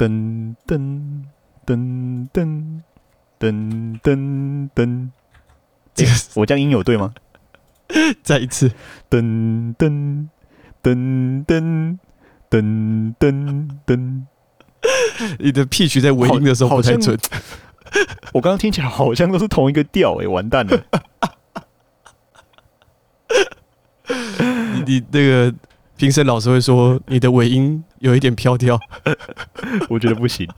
噔噔噔噔噔噔噔，我这样音有对吗？ 再一次， 噔噔噔噔噔噔噔， 你的 pitch 在尾音的时候不太准。 我刚刚听起来好像都是同一个调，完蛋了。 你那个评审老师会说你的尾音有一点飘掉， 我觉得不行。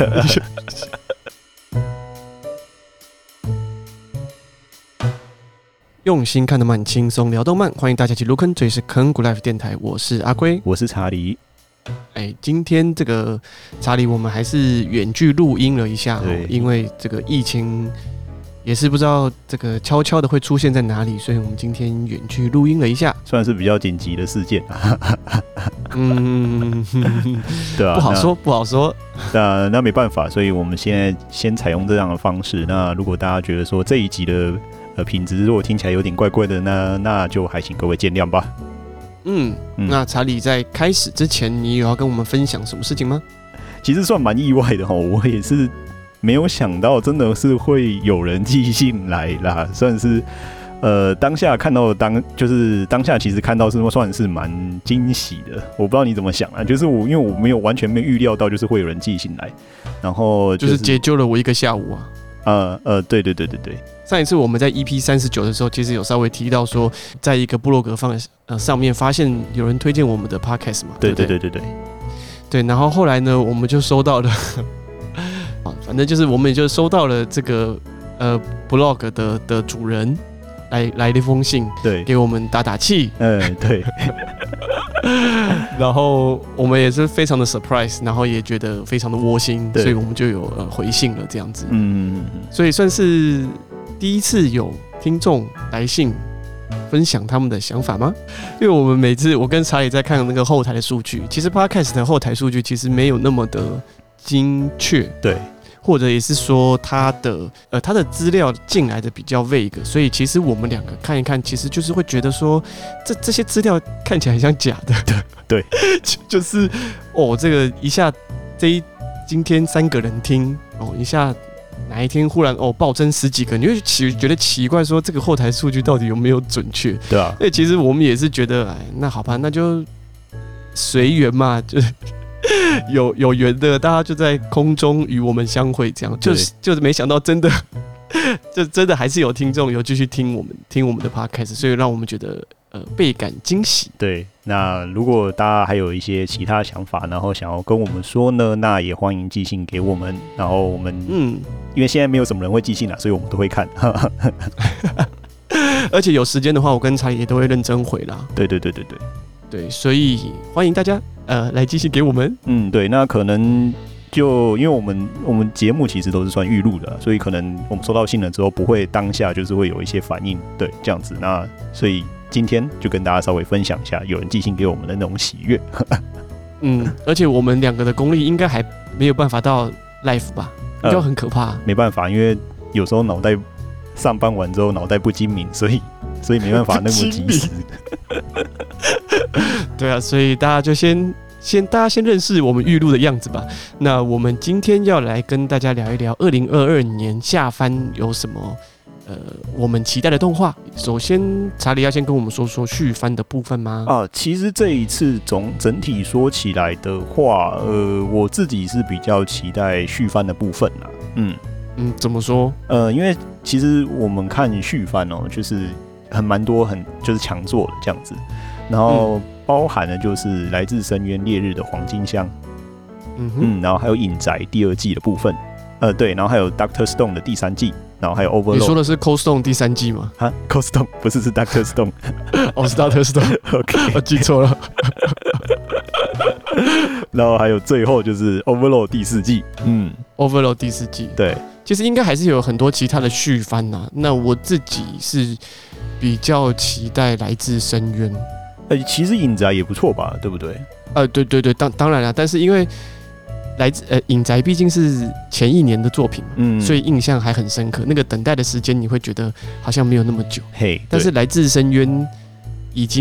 用心看得慢，轻松聊动漫，欢迎大家一起入坑，这里是坑谷 Life 电台，我是阿龟， 我是查理。 今天这个查理我们还是远距录音了一下，因为这个疫情也是不知道这个悄悄的会出现在哪里，所以我们今天远距录音了一下， 算是比较紧急的事件。对啊， 不好说。 那没办法，所以我们现在先采用这样的方式。那如果大家觉得说这一集的品质如果听起来有点怪怪的，那就还请各位见谅吧。 那查理在开始之前，你有要跟我们分享什么事情吗？ 其实算蛮意外的，我也是没有想到，真的是会有人寄信来啦，算是当下看到就是当下其实看到是算是蛮惊喜的。我不知道你怎么想啊，就是因为我完全没预料到，就是会有人寄信来，然后就是解救了我一个下午啊。 对。 上一次我们在 EP39 的时候，其实有稍微提到说，在一个部落格上面发现有人推荐我们的 podcast 嘛，对。对，然后后来呢，我们就收到了，反正就是我们也就收到了这个blog 的主人来了一封信，对，给我们打打气， 对。 然后我们也是非常的 surprise， 然后也觉得非常的窝心，所以我们就有回信了这样子。所以算是第一次有听众来信分享他们的想法吗？因为我们每次我跟查理在看那个后台的数据，其实 podcast 的后台数据其实没有那么的精确，对，或者也是说他的资料进来的比较 vague， 所以其实我们两个看一看，其实就是会觉得说这些资料看起来很像假的， 对， 就是这个一下今天3个人听一下。哪一天忽然暴增10几个，你会觉得奇怪，说这个后台数据到底有没有准确？对啊，所以其实我们也是觉得，那好吧，那就随缘嘛，就是有缘的，大家就在空中与我们相会，这样就是没想到真的，就真的还是有听众有继续听我们的 podcast， 所以让我们觉得倍感惊喜。 对，那如果大家还有一些其他想法，然后想要跟我们说呢，那也欢迎寄信给我们。然后我们因为现在没有什么人会寄信啦，所以我们都会看。 而且有时间的话，我跟查理也都会认真回啦。对，所以欢迎大家来寄信给我们。对， 那可能就因为我们节目其实都是算预录的，所以可能我们收到信了之后，不会当下就是会有一些反应，对，这样子。那所以今天就跟大家稍微分享一下有人寄信给我们的那种喜悦。 而且我们两个的功力应该还没有办法到 live 吧，应该很可怕。 没办法，因为有时候脑袋上班完之后脑袋不精明，所以没办法那么及时。对啊，所以大家就大家先认识我们预录的样子吧。那我们今天要来跟大家聊一聊2022年下番有什么我们期待的动画。首先，查理要先跟我们说说续番的部分吗？ 其实这一次整体说起来的话，我自己是比较期待续番的部分啦。 怎么说？ 因为其实我们看续番就是蛮多就是强作的这样子，然后包含了就是来自深渊烈日的黄金香，然后还有影宅第2季的部分，对，然后还有 Dr. Stone 的第3季。然后还有 Overlord， 你说的是 Cold Stone 第3季吗 ？Cold Stone 不是 Dr. Stone， 是 Dr. Stone，OK， 我记错了。 然后还有最后就是 Overlord 第4季 ，Overlord 第4季，对，其实应该还是有很多其他的续番啊。那我自己是比较期待来自深渊。 其实影宅也不错吧，对不对？ 对，当然啦，但是因为来自影宅毕竟是前1年的作品嘛，所以印象还很深刻。那个等待的时间，你会觉得好像没有那么久。但是来自深渊已经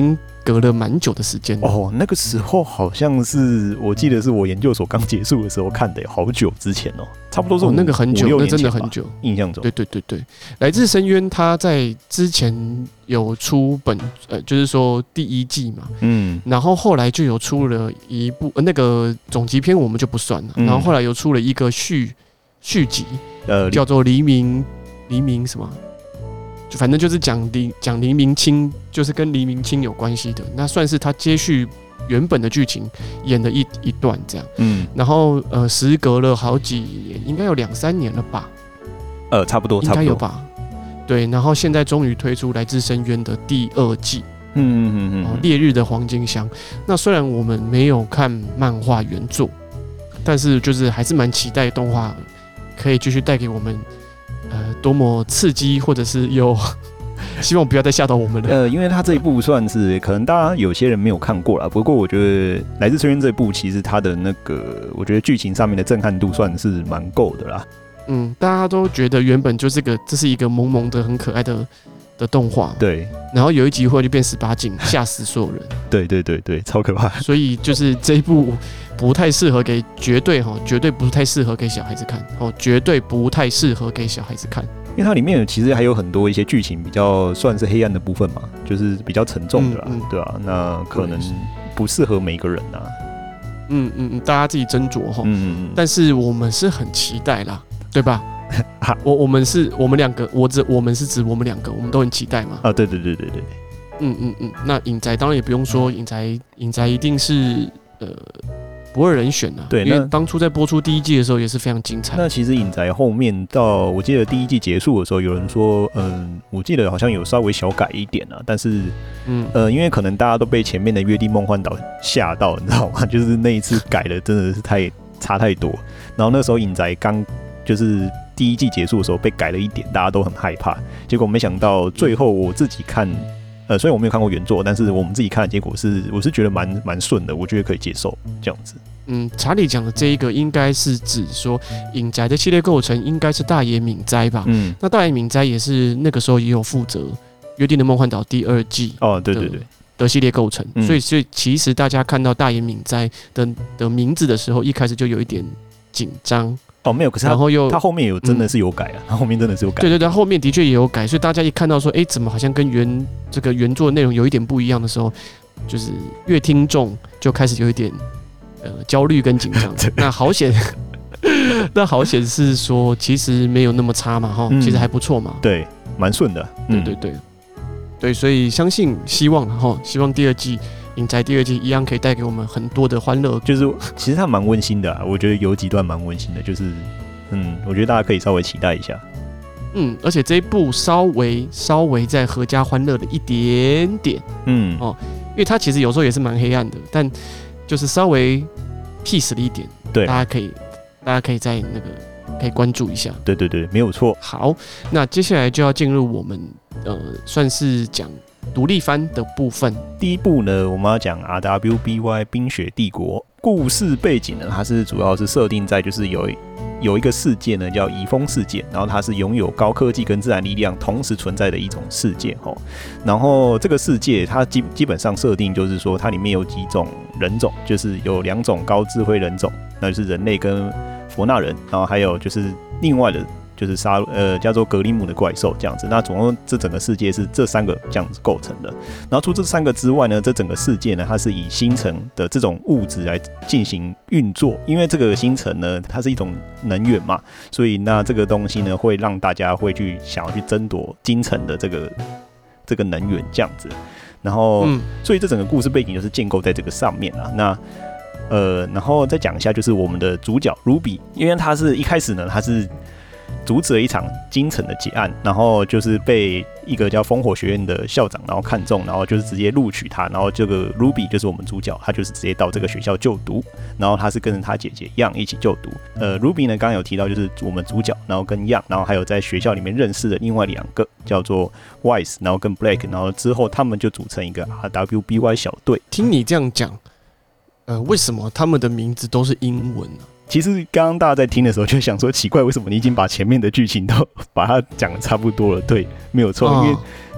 隔了蛮久的时间哦。那个时候好像是我记得是我研究所刚结束的时候看的，好久之前哦，差不多是那个很久，那真的很久， 印象中。 对，来自深渊他在之前有出就是说第1季嘛，然后后来就有出了一部那个总集篇我们就不算了，然后后来有出了一个续集，叫做黎明什么。就反正就是讲黎明卿，就是跟黎明卿有关系的，那算是他接续原本的剧情演的一段这样。然后时隔了好几年，应该有2-3年了吧？ 差不多， 应该有吧？对，然后现在终于推出《来自深渊》的第2季。烈日的黄金乡。那虽然我们没有看漫画原作，但是就是还是蛮期待动画可以继续带给我们。多么刺激，或者是有希望不要再吓到我们了。 因为他这一部算是可能大家有些人没有看过啦，不过我觉得《来自深渊》这一部其实它的那个，我觉得剧情上面的震撼度算是蛮够的啦。 大家都觉得原本就是这是一个萌萌的、很可爱的动画， 对。 然后有一集会就变18禁，吓死所有人。 对，超可怕。 所以就是这一部不太适合给绝对不太适合给小孩子看哦，绝对不太适合给小孩子看。 因为它里面其实还有很多一些剧情比较算是黑暗的部分嘛，就是比较沉重的啦，对啊，那可能不适合每个人啊。 大家自己斟酌哈。但是我们是很期待啦，对吧？我们两个，我们是指我们两个，我们都很期待嘛。 对。 那影宅当然也不用说，影宅一定是不二人选啊。 对， 因为当初在播出第1季的时候也是非常精彩。 那其实影宅后面到我记得第1季结束的时候，有人说，我记得好像有稍微小改一点啊，但是，因为可能大家都被前面的《约定梦幻岛》吓到，你知道吗？就是那一次改的真的是差太多。然后那时候影宅刚就是第1季结束的时候被改了一点，大家都很害怕。结果没想到最后我自己看。虽然我没有看过原作，但是我们自己看的结果是，我是觉得蛮顺的，我觉得可以接受这样子。 查理讲的这一个应该是指说影宅的系列构成应该是大野敏哉吧？那大野敏哉也是那个时候也有负责《约定的梦幻岛》第2季对的系列构成，所以其实大家看到大野敏哉的名字的时候，一开始就有一点紧张。 没有，可是他后面有真的是有改啊，他后面真的是有改。 对，后面的确也有改，所以大家一看到说，怎么好像跟原作内容有一点不一样的时候，就是乐听众就开始有一点焦虑跟紧张。那好险是说其实没有那么差嘛，其实还不错嘛。 对，蛮顺的。 对，所以希望第2季。影宅第2季一样可以带给我们很多的欢乐， 就是其实它蛮温馨的啊，我觉得有几段蛮温馨的，就是我觉得大家可以稍微期待一下。 而且这一部稍微再合家欢乐的一点点，因为它其实有时候也是蛮黑暗的，但就是稍微 peace 了一点，对，大家可以在那个可以关注一下。 对，没有错。 好，那接下来就要进入我们算是讲独立番的部分。 第一部呢，我们要讲 RWBY 冰雪帝国。故事背景呢，它是主要是设定在就是有一个世界呢叫移风世界，然后它是拥有高科技跟自然力量同时存在的一种世界齁。然后这个世界它基本上设定就是说，它里面有几种人种，就是有2种高智慧人种，那就是人类跟佛纳人，然后还有就是另外的。就是叫做格林姆的怪兽这样子，那总共这整个世界是这3个这样子构成的。然后除这3个之外呢，这整个世界呢，它是以星辰的这种物质来进行运作，因为这个星辰呢，它是一种能源嘛，所以那这个东西呢，会让大家会去想要去争夺星辰的这个能源这样子。然后，所以这整个故事背景就是建构在这个上面啊。那然后再讲一下，就是我们的主角 Ruby， 因为他是一开始呢，他是阻止了一场京城的劫案，然后就是被一个叫烽火学院的校长然后看中，然后就是直接录取他，然后这个 Ruby 就是我们主角，他就是直接到这个学校就读，然后他是跟着他姐姐 Young 一起就读。Ruby 呢刚刚有提到就是我们主角，然后跟 Young， 然后还有在学校里面认识的另外2个叫做 Wise， 然后跟 Blake， 然后之后他们就组成一个 RWBY 小队。 听你这样讲，为什么他们的名字都是英文呢？ 其实刚刚大家在听的时候就想说，奇怪，为什么你已经把前面的剧情都把它讲得差不多了？对，没有错，因为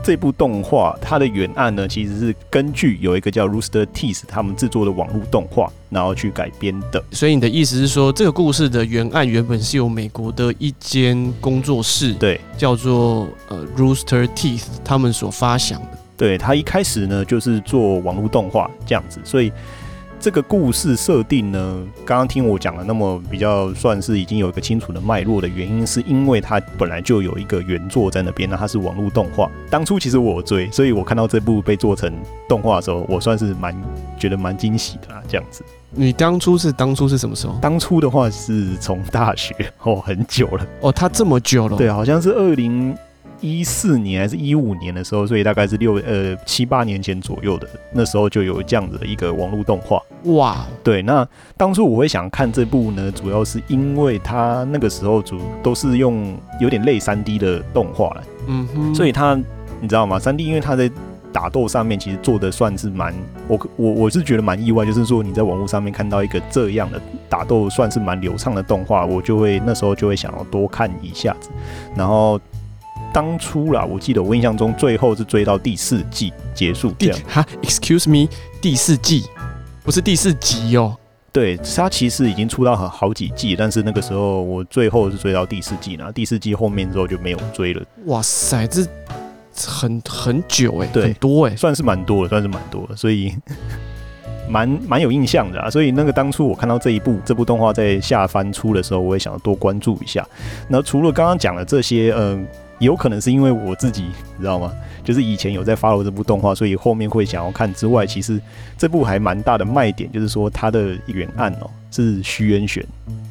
这部动画它的原案呢，其实是根据有一个叫 Rooster Teeth 他们制作的网络动画，然后去改编的。 所以你的意思是说，这个故事的原案原本是由美国的一间工作室， 对， 叫做Rooster Teeth 他们所发想的。 对，他一开始呢就是做网络动画这样子，所以这个故事设定呢，刚刚听我讲了那么比较算是已经有一个清楚的脉络的原因，是因为它本来就有一个原作在那边，那它是网络动画。当初其实我有追，所以我看到这部被做成动画的时候，我算是觉得蛮惊喜的啦，这样子。 你当初是什么时候？ 当初的话是从大学很久了哦，它这么久了？ 对，好像是2014年还是15年的时候，所以大概是7、8年前左右的，那时候就有这样的一个网络动画。 哇， 对，那当初我会想看这部呢，主要是因为它那个时候都是用有点类 3D 的动画了，所以它你知道吗 ？3D 因为它在打斗上面其实做的算是我是觉得蛮意外，就是说你在网络上面看到一个这样的打斗算是蛮流畅的动画，那时候就会想要多看一下子，然后。当初啦，我记得我印象中最后是追到第4季结束这样。 Excuse me， 第4季不是第4集哦。 对，它其实已经出到好几季，但是那个时候我最后是追到第4季啦，第4季后面之后就没有追了。 哇塞，这很久哎， 对， 很多哎， 算是蛮多的，所以蛮有印象的啊。所以那个当初我看到这部动画在下番出的时候，我也想多关注一下。那除了刚刚讲的这些，有可能是因为我自己，你知道吗？就是以前有在 follow 这部动画，所以后面会想要看之外，其实这部还蛮大的卖点，就是说它的原案是虚渊玄。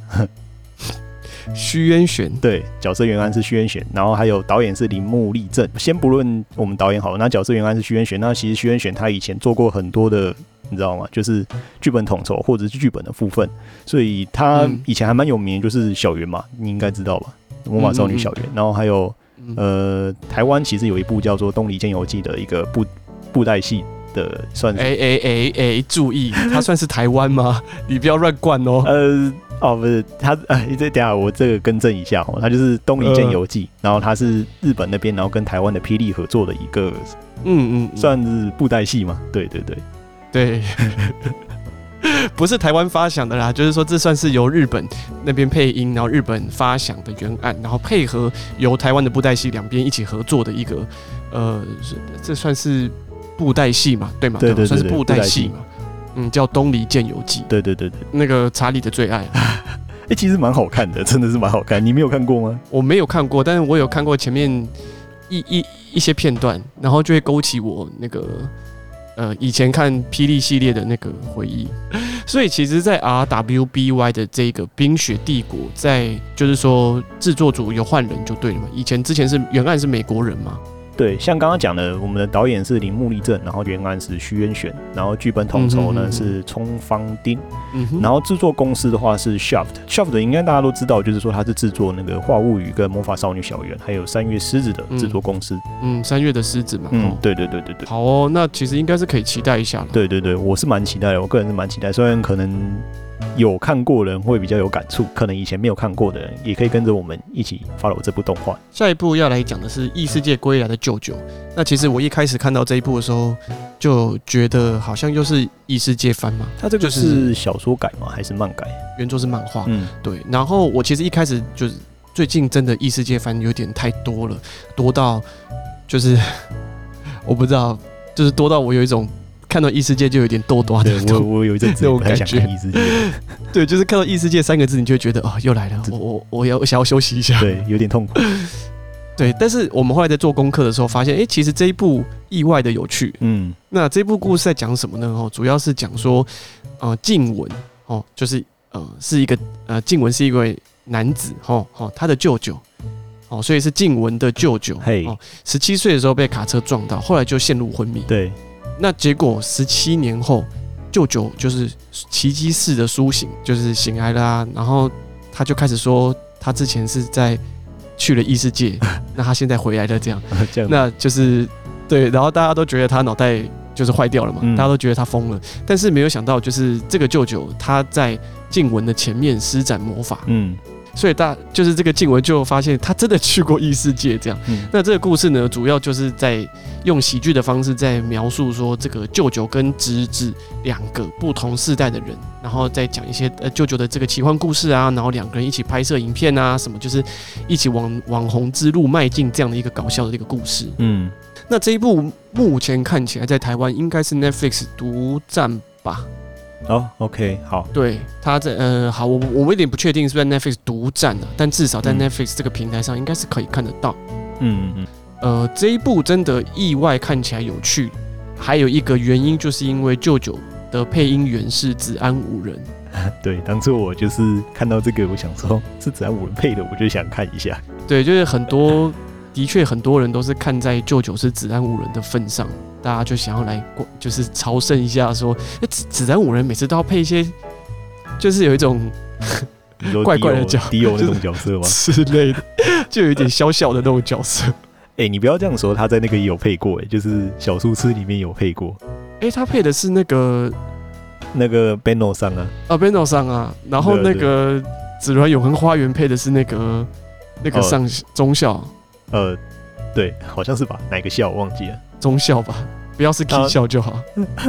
虚渊玄， 对，角色原案是虚渊玄，然后还有导演是铃木利正。先不论我们导演好了，那角色原案是虚渊玄，那其实虚渊玄他以前做过很多的，你知道吗？就是剧本统筹或者是剧本的部分，所以他以前还蛮有名，就是小圆嘛，你应该知道吧？魔法少女小圆，然后还有台湾其实有一部叫做《东离剑游记》的一个布袋戏的，算是注意，它算是台湾吗？你不要乱灌哦。 不是，它等一下我这个更正一下它就是《东离剑游记》，然后它是日本那边，然后跟台湾的霹雳合作的一个，算是布袋戏嘛？对。 不是台湾发想的啦，就是说这算是由日本那边配音，然后日本发想的原案，然后配合由台湾的布袋戏两边一起合作的一个，这算是布袋戏嘛？对嘛？对，算是布袋戏嘛。叫《东离剑游记》。对，那个查理的最爱。 其实蛮好看的，真的是蛮好看。你没有看过吗？ 我没有看过，但是我有看过前面一些片段，然后就会勾起我那个。以前看霹雳系列的那个回忆，所以其实，在 RWBY 的这个《冰雪帝国》，在就是说制作组有换人就对了嘛。之前是原案是美国人嘛。 对，像刚刚讲的，我们的导演是铃木利正，然后原案是虚渊玄，然后剧本统筹呢是冲方丁，然后制作公司的话是 Shaft 应该大家都知道，就是说它是制作那个《画物语》跟《魔法少女小圆》还有《三月狮子》的制作公司。 三月的狮子嘛。 对。 好哦，那其实应该是可以期待一下了。 对，我是蛮期待的，我个人是蛮期待，虽然可能。有看过的人会比较有感触，可能以前没有看过的人也可以跟着我们一起 follow 这部动画。 下一部要来讲的是《异世界归来的舅舅》。那其实我一开始看到这一部的时候，就觉得好像又是异世界番嘛。 它这个是小说改吗？还是漫改？ 原作是漫画。对。然后我其实一开始就是最近真的异世界番有点太多了，多到就是我不知道，就是多到我有一种。看到异世界就有点逗多的， 我有一阵子不太想看异世界。 对，就是看到异世界3个字，你就会觉得又来了，我想要休息一下。 对，有点痛苦。 对，但是我们后来在做功课的时候发现，其实这一部意外的有趣。那这部故事在讲什么呢？主要是讲说，静文就是是一个静文是一位男子他的舅舅所以是静文的舅舅。17岁的时候被卡车撞到，后来就陷入昏迷。 对。 那结果17年后，舅舅就是奇迹式的苏醒，就是醒来了然后他就开始说，他之前是去了异世界，那他现在回来了这样那就是对，然后大家都觉得他脑袋就是坏掉了嘛，大家都觉得他疯了，但是没有想到，就是这个舅舅他在静文的前面施展魔法， 所以就是这个静雯就发现他真的去过异世界这样。那这个故事呢，主要就是在用喜剧的方式在描述说这个舅舅跟侄子2个不同世代的人，然后再讲一些舅舅的这个奇幻故事啊，然后2个人一起拍摄影片啊，什么就是一起往网红之路迈进这样的一个搞笑的一个故事。那这一部目前看起来在台湾应该是 Netflix 独占吧。 OK， 好， 对，他在好，我有点不确定是不是在 Netflix 独占的，但至少在 Netflix 这个平台上应该是可以看得到。这一部真的意外看起来有趣，还有一个原因就是因为舅舅的配音员是子安五人。 对，当初我就是看到这个，我想说是子安五人配的，我就想看一下。 对，就是的确很多人都是看在舅舅是子安五人的份上。大家就想要来就是朝圣一下说子安五人每次都要配一些就是有一种怪怪的迪欧那种角色吗之類的，就有一点小小的那种角色。 你不要这样说，他在那个也有配过，就是小书痴里面有配过。 他配的是那个 Benno 上啊 ，Benno 上啊，然后那个紫鸾永恒花园配的是那个上中校， 对，好像是吧？哪个校我忘记了。中校吧，不要是 K 校就好。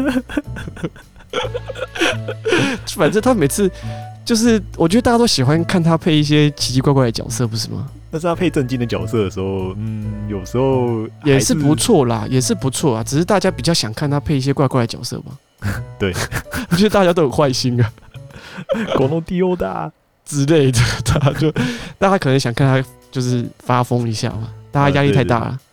反正他每次就是，我觉得大家都喜欢看他配一些奇奇怪怪的角色，不是吗？ 但是他配正经的角色的时候，有时候也是不错啦，也是不错啊。只是大家比较想看他配一些怪怪的角色吧。 对， 我觉得大家都很坏心啊， 狗弄迪欧的之类的，大家可能想看他就是发疯一下嘛，大家压力太大了。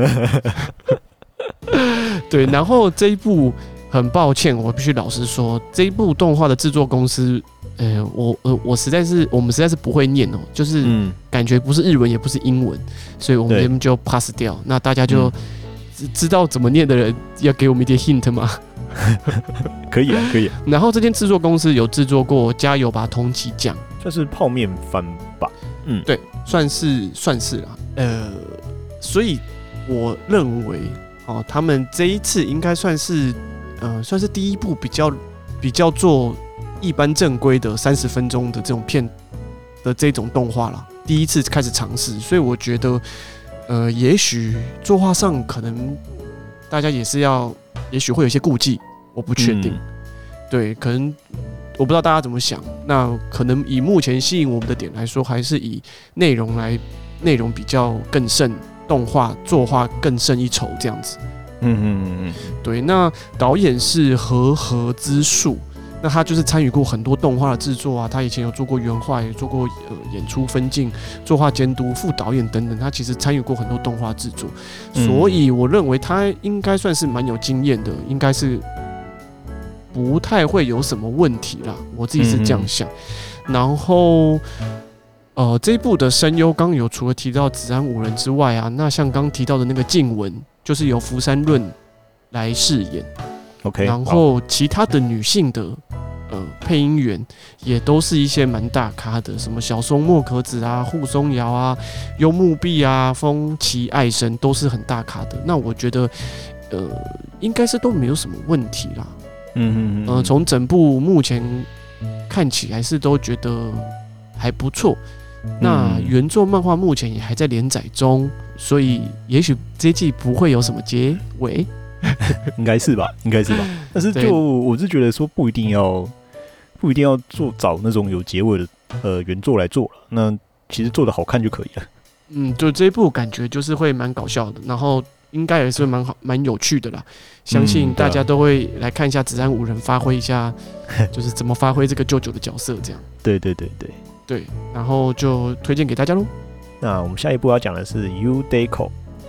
对，然后这一部很抱歉，我必须老实说，这一部动画的制作公司，我们实在是不会念就是感觉不是日文也不是英文，所以我们就 pass 掉。那大家就知道怎么念的人，要给我们一点 hint 吗？ 可以啊，可以啊。 然后这间制作公司有制作过《加油吧，通缉酱》， 算是泡面番吧。 对，算是啦。所以我认为。他们这一次应该算是第一部比较做一般正规的30分钟的这种片的这种动画啦，第一次开始尝试，所以我觉得也许作画上可能大家也许会有一些顾忌，我不确定。对，可能我不知道大家怎么想。那可能以目前吸引我们的点来说，还是以内容比较更胜。动画作画更胜一筹这样子。对，那导演是和之树，那他就是参与过很多动画的制作啊，他以前有做过原画，也做过演出分镜、作画监督、副导演等等，他其实参与过很多动画制作，所以我认为他应该算是蛮有经验的，应该是不太会有什么问题啦，我自己是这样想。然后这一部的声优刚有除了提到子安五人之外啊，那像刚提到的那个静雯，就是由福山润来饰演。 OK， 然后其他的女性的配音员也都是一些蛮大咖的，什么小松莫可子啊、户松遥啊、幽木碧啊、风崎爱生都是很大咖的。那我觉得应该是都没有什么问题啦。从整部目前看起来是都觉得还不错。那原作漫画目前也还在连载中，所以也许这一季不会有什么结尾， 应该是吧？但是我是觉得说不一定要找那种有结尾的原作来做了，那其实做的好看就可以了。 就这一部感觉就是会蛮搞笑的，然后应该也是蛮有趣的啦。相信大家都会来看一下子安五人发挥一下，就是怎么发挥这个舅舅的角色这样。对，然后就推荐给大家咯。 那我们下一步要讲的是 Udeko，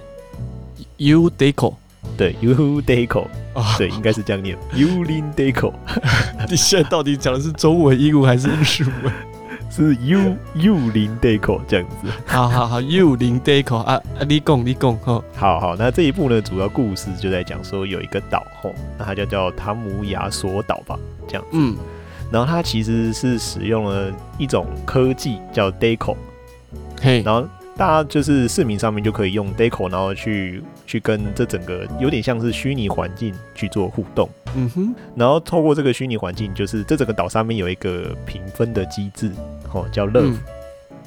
对 Udeko， 对，应该是这样念 Udeko。 你现在到底讲的是中文、英文还是日文？ 是 Udeko 这样子。 好 Udeko 啊，你讲好，那这一部呢，主要故事就在讲说有一个岛那它叫塔姆亚索岛吧，这样子。然后它其实是使用了一种科技叫 Deco， 然后大家就是市民上面就可以用 Deco， 然后去跟这整个有点像是虚拟环境去做互动。然后透过这个虚拟环境，就是这整个岛上面有一个评分的机制，叫 Love。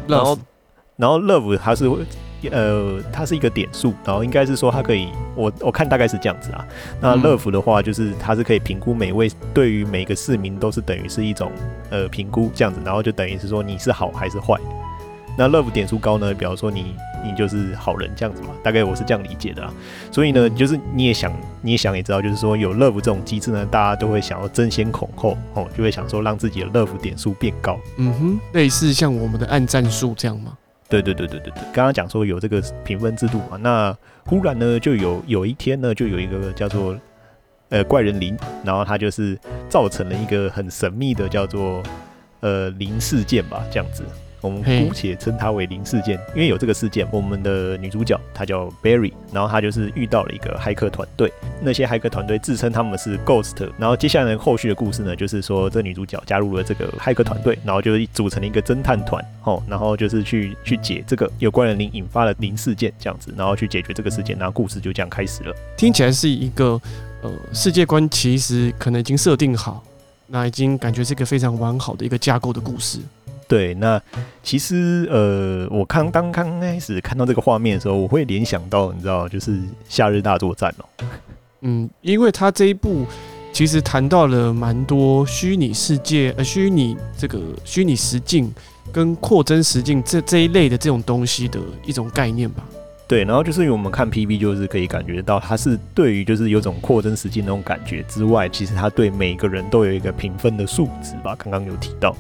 然后 Love 它是它是一个点数，然后应该是说它可以，我看大概是这样子啊。那 Love 的话，就是它是可以评估每位对于每个市民都是等于是一种评估这样子，然后就等于是说你是好还是坏。那 Love 点数高呢，比方说你就是好人这样子嘛，大概我是这样理解的啊。所以呢，就是你也想也知道，就是说有 Love 这种机制呢，大家都会想要争先恐后哦，就会想说让自己的 Love 点数变高。 类似像我们的按赞数这样吗？ 对，刚刚讲说有这个评分制度嘛，那忽然呢就有一天呢，就有一个叫做怪人林，然后他就是造成了一个很神秘的叫做林事件吧，这样子。我们姑且称它为林事件，因为有这个事件，我们的女主角她叫 Barry， 然后她就是遇到了一个骇客团队，那些骇客团队自称他们是 Ghost， 然后接下来后续的故事呢，就是说这女主角加入了这个骇客团队，然后就组成了一个侦探团，然后就是去解这个有关人林引发的林事件这样子，然后去解决这个事件，然后故事就这样开始了。 听起来是一个世界观其实可能已经设定好，那已经感觉是一个非常完好的一个架构的故事。 对，那其实我刚开始看到这个画面的时候，我会联想到你知道，就是《夏日大作战》哦。 因为他这一部其实谈到了蛮多虚拟世界、虚拟实境跟扩增实境这一类的这种东西的一种概念吧。 对，然后就是因为我们看 PV 就是可以感觉到，它是对于就是有种扩增实境那种感觉之外，其实它对每个人都有一个评分的数值吧，刚刚有提到。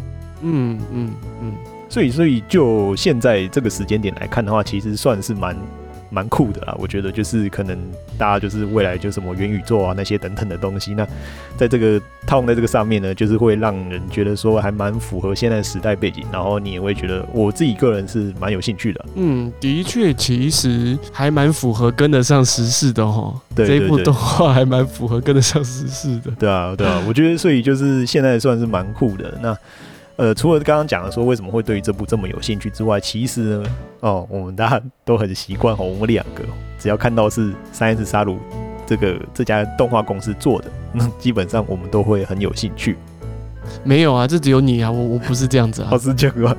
所以就现在这个时间点来看的话，其实算是蛮酷的啦。我觉得就是可能大家就是未来就什么元宇宙啊那些等等的东西，那在这个套用在这个上面呢，就是会让人觉得说还蛮符合现在的时代背景，然后你也会觉得我自己个人是蛮有兴趣的。 的确，其实还蛮符合跟得上时事的齁。对，这一部动画还蛮符合跟得上时事的。 对啊，我觉得所以就是现在算是蛮酷的。那除了刚刚讲的说为什么会对于这部这么有兴趣之外，其实呢，我们大家都很习惯我们两个只要看到是3S杀戮这家动画公司做的，那基本上我们都会很有兴趣。 没有啊，这只有你啊，我不是这样子啊。 是这样吗？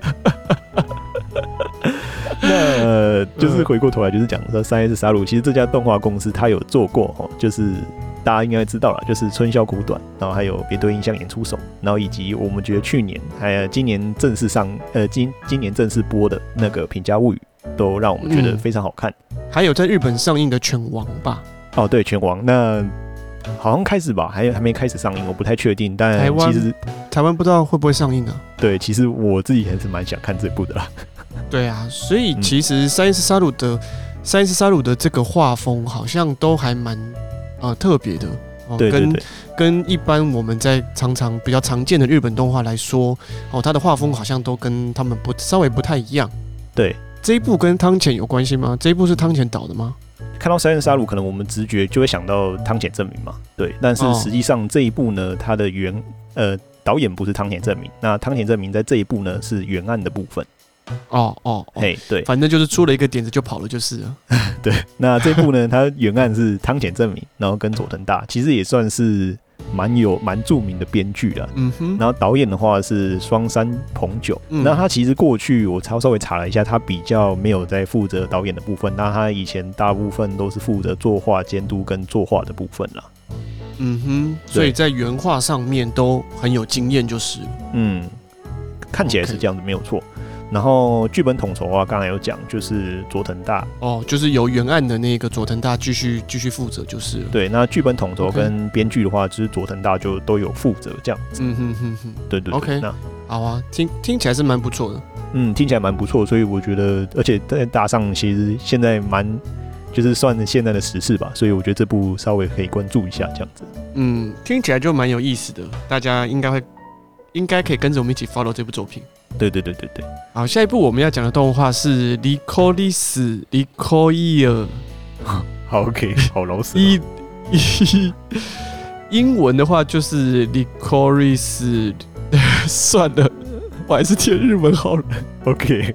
那就是回过头来就是讲说3S杀戮，其实这家动画公司它有做过就是大家应该知道了，就是春宵苦短，然后还有别对印象演出手，然后以及我们觉得去年还有今年正式今年正式播的那个《品家物语》，都让我们觉得非常好看。 还有在日本上映的《拳王》吧？ 对，《拳王》那好像开始吧，还没开始上映，我不太确定。但其实台湾不知道会不会上映啊？ 对，其实我自己还是蛮想看这部的啦。 对啊，所以其实3S杀戮的这个画风好像都还蛮特别的。 对， 跟一般我们在比较常见的日本动画来说，它的画风好像都跟他们稍微不太一样。 对， 这一部跟汤浅有关系吗？这一部是汤浅导的吗？ 看到3S杀戮，可能我们直觉就会想到汤浅政明嘛，对。但是实际上这一部呢，它的导演不是汤浅政明，那汤浅政明在这一部呢是原案的部分。对， 反正就是出了一个点子就跑了就是了。 对，那这部呢，它原案是汤浅政明，然后跟佐藤大，其实也算是蛮著名的编剧啦。然后导演的话是双山朋久。那他其实过去我稍微查了一下，他比较没有在负责导演的部分，那他以前大部分都是负责作画监督跟作画的部分啦。 所以在原画上面都很有经验就是了。 看起来是这样子，没有错。然后剧本统筹啊，刚才有讲，就是佐藤大就是由原案的那个佐藤大继续负责就是了。 对，那剧本统筹跟编剧的话，就是佐藤大就都有负责这样子。对。 OK， 那好啊，听起来是蛮不错的。 听起来蛮不错，所以我觉得，而且在大上其实现在就是算现在的时事吧，所以我觉得这部稍微可以关注一下这样子。 听起来就蛮有意思的，大家应该可以跟着我们一起 follow 这部作品。 对。 好，下一部我们要讲的动画是《Licorice Recoil》。 好 ，OK， 好老死。 英文的话就是 Licorice， 算了，我还是填日文好了。 OK。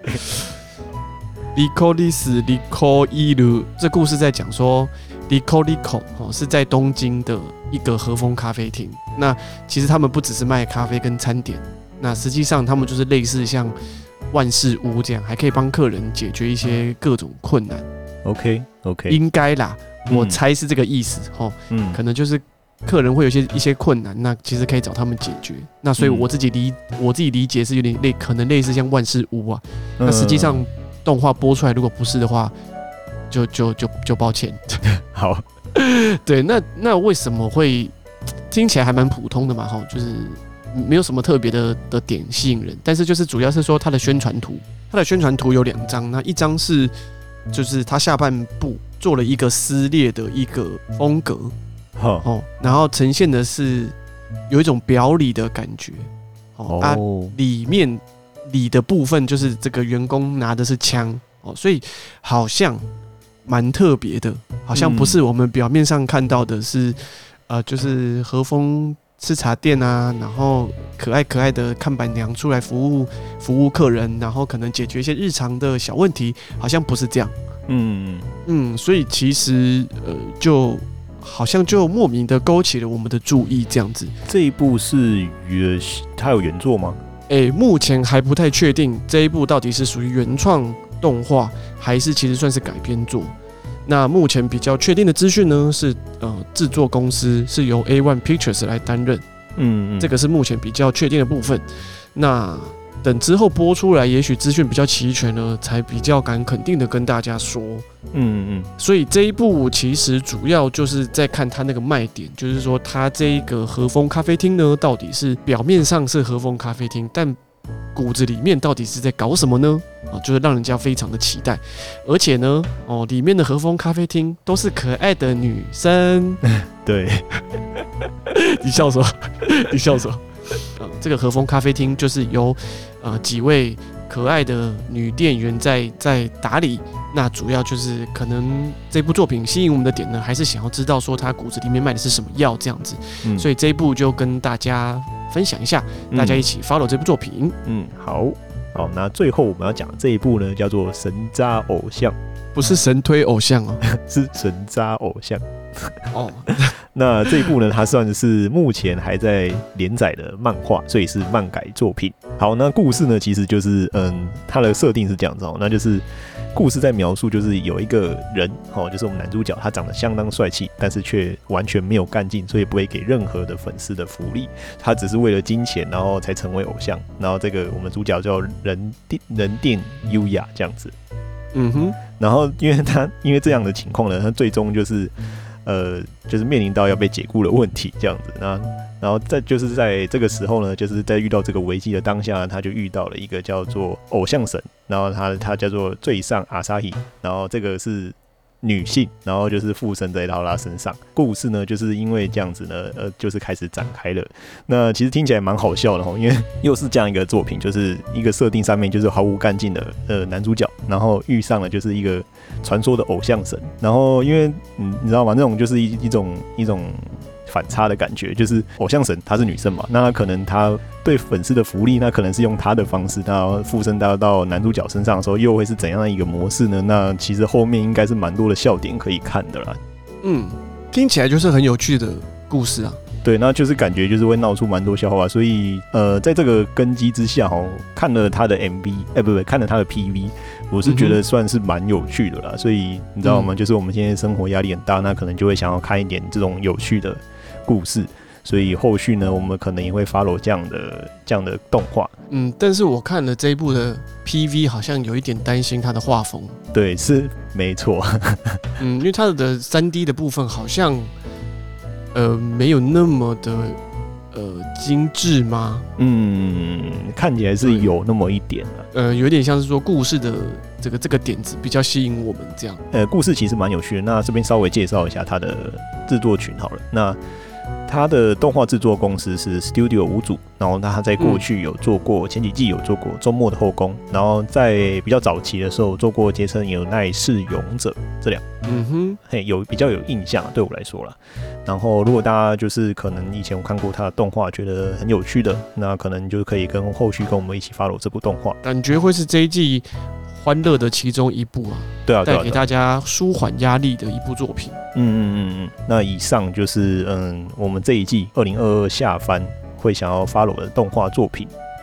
Licorice Recoil， 这故事在讲说 Licorice 是在东京的一个和风咖啡厅。那其实他们不只是卖咖啡跟餐点，那实际上他们就是类似像万事屋这样，还可以帮客人解决一些各种困难。 OK， 应该啦，我猜是这个意思齁。可能就是客人会有一些困难，那其实可以找他们解决。那所以我自己理解是有点可能类似像万事屋啊。那实际上动画播出来，如果不是的话，就抱歉。 好， 对，那为什么会听起来还蛮普通的嘛？齁，就是没有什么特别的点吸引人，但是就是主要是说它的宣传图有2张，那一张是就是它下半部做了一个撕裂的一个风格，然后呈现的是有一种表里的感觉，里的部分就是这个员工拿的是枪，所以好像蛮特别的，好像不是我们表面上看到的是，就是和风吃茶店啊，然后可爱的看板娘出来服务客人，然后可能解决一些日常的小问题，好像不是这样。所以其实就好像就莫名的勾起了我们的注意，这样子。 这一部是它有原作吗？ 目前还不太确定这一部到底是属于原创动画，还是其实算是改编作。那目前比较确定的资讯呢，是制作公司是由 A1 Pictures 来担任，这个是目前比较确定的部分。那等之后播出来，也许资讯比较齐全呢，才比较敢肯定的跟大家说。所以这一部其实主要就是在看它那个卖点，就是说它这一个和风咖啡厅呢，到底是表面上是和风咖啡厅，但骨子里面到底是在搞什么呢？就是让人家非常的期待，而且呢，里面的和风咖啡厅都是可爱的女生。 对， 你笑什么？你笑什么？这个和风咖啡厅就是由几位可爱的女店员在打理。那主要就是可能这部作品吸引我们的点呢，还是想要知道说它骨子里面卖的是什么药这样子。所以这一部就跟大家分享一下，大家一起 follow 这部作品。 好，那最后我们要讲的这一部呢，叫做《神渣偶像》， 不是神推偶像哦， 是神渣偶像。那这一部呢，它算是目前还在连载的漫画，所以是漫改作品。好，那故事呢，其实就是它的设定是这样子那就是故事在描述，就是有一个人就是我们男主角，他长得相当帅气，但是却完全没有干劲，所以不会给任何的粉丝的福利，他只是为了金钱，然后才成为偶像。然后这个我们主角叫人电优雅这样子。然后因为这样的情况呢，他最终就是面临到要被解雇的问题这样子。然后就是在这个时候呢，就是在遇到这个危机的当下，他就遇到了一个叫做偶像神，然后他叫做最上阿萨希，然后这个是女性，然后就是附身在劳拉身上。故事呢，就是因为这样子呢，就是开始展开了。那其实听起来蛮好笑的因为又是这样一个作品，就是一个设定上面就是毫无干劲的男主角，然后遇上了就是一个传说的偶像神，然后因为你知道吗？那种就是一种反差的感觉，就是偶像神她是女生嘛，那可能她对粉丝的福利，那可能是用她的方式，那附身到男主角身上的时候，又会是怎样的一个模式呢？那其实后面应该是蛮多的笑点可以看的啦。 听起来就是很有趣的故事啊。 对，那就是感觉就是会闹出蛮多笑话，所以在这个根基之下看了他的 MV，看了他的 PV， 我是觉得算是蛮有趣的啦。所以你知道吗？就是我们现在生活压力很大，那可能就会想要看一点这种有趣的故事。所以后续呢，我们可能也会 follow 这样的动画。 但是我看了这一部的 PV， 好像有一点担心它的画风。对， 是没错。 因为它的3D 的部分好像没有那么的精致吗？看起来是有那么一点有点像是说故事的这个点子比较吸引我们这样。 故事其实蛮有趣的。那这边稍微介绍一下它的制作群好了。那他的动画制作公司是 Studio 5组，然后他在过去有做过前几季有做过周末的后宫，然后在比较早期的时候做过杰森有奈是勇者这两，比较有印象对我来说啦。然后如果大家就是可能以前有看过他的动画觉得很有趣的，那可能就可以跟后续跟我们一起 follow 这部动画， 感觉会是这一季欢乐的其中一部啊， 对啊， 带给大家舒缓压力的一部作品。 那以上就是我们这一季2022下番会想要 follow 的动画作品。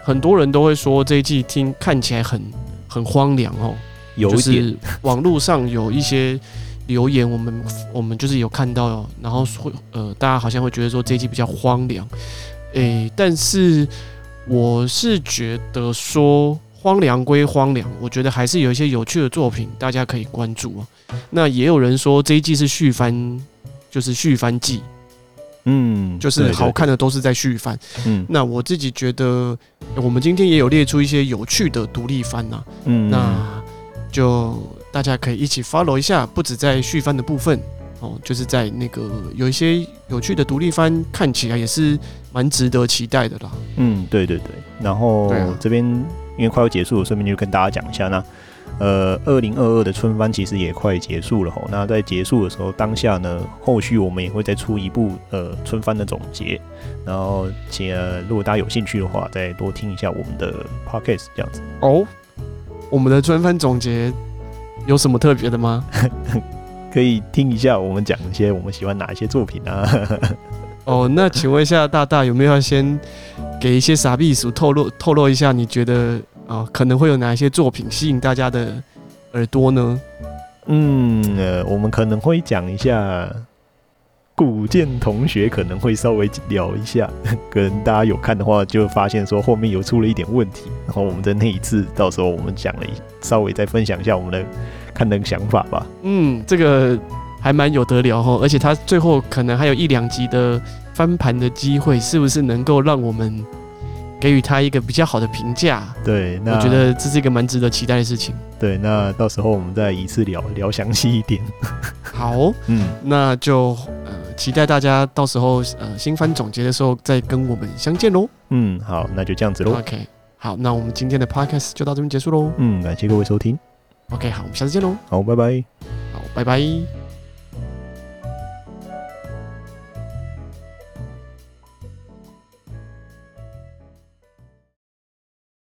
很多人都会说这一季看起来很荒凉哦， 有一点， 就是网络上有一些留言，我们就是有看到，然后大家好像会觉得说这一季比较荒凉，但是我是觉得说荒凉归荒凉，我觉得还是有一些有趣的作品大家可以关注啊。那也有人说这一季是续番，就是续番季。就是好看的都是在续番。那我自己觉得，我们今天也有列出一些有趣的独立番啊。那就大家可以一起 follow 一下，不止在续番的部分哦，就是在那个有一些有趣的独立番，看起来也是蛮值得期待的啦。对。 然后这边因为快要结束了，顺便就跟大家讲一下那。2022的春番其实也快结束了吼。那在结束的时候，当下呢，后续我们也会再出一部春番的总结。然后如果大家有兴趣的话，再多听一下我们的 podcast 这样子。 哦，我们的春番总结有什么特别的吗？ 可以听一下我们讲一些我们喜欢哪一些作品啊。 那请问一下大有没有要先给一些傻逼鼠透露一下，你觉得可能会有哪一些作品吸引大家的耳朵呢？ 我们可能会讲一下古剑同学，可能会稍微聊一下，可能大家有看的话，就发现说后面有出了一点问题，然后我们在那一次，到时候我们讲了稍微再分享一下我们的看的想法吧。 这个还蛮有得聊齁，而且他最后可能还有1-2集的翻盘的机会，是不是能够让我们给予他一个比较好的评价？ 对，那我觉得这是一个蛮值得期待的事情。 对，那到时候我们再一次聊详细一点。 好，那就期待大家到时候新番总结的时候再跟我们相见喽。 好，那就这样子喽。 OK， 好，那我们今天的 podcast 就到这边结束喽。 感谢各位收听。 OK， 好，我们下次见喽。 好，拜拜。 好，拜拜。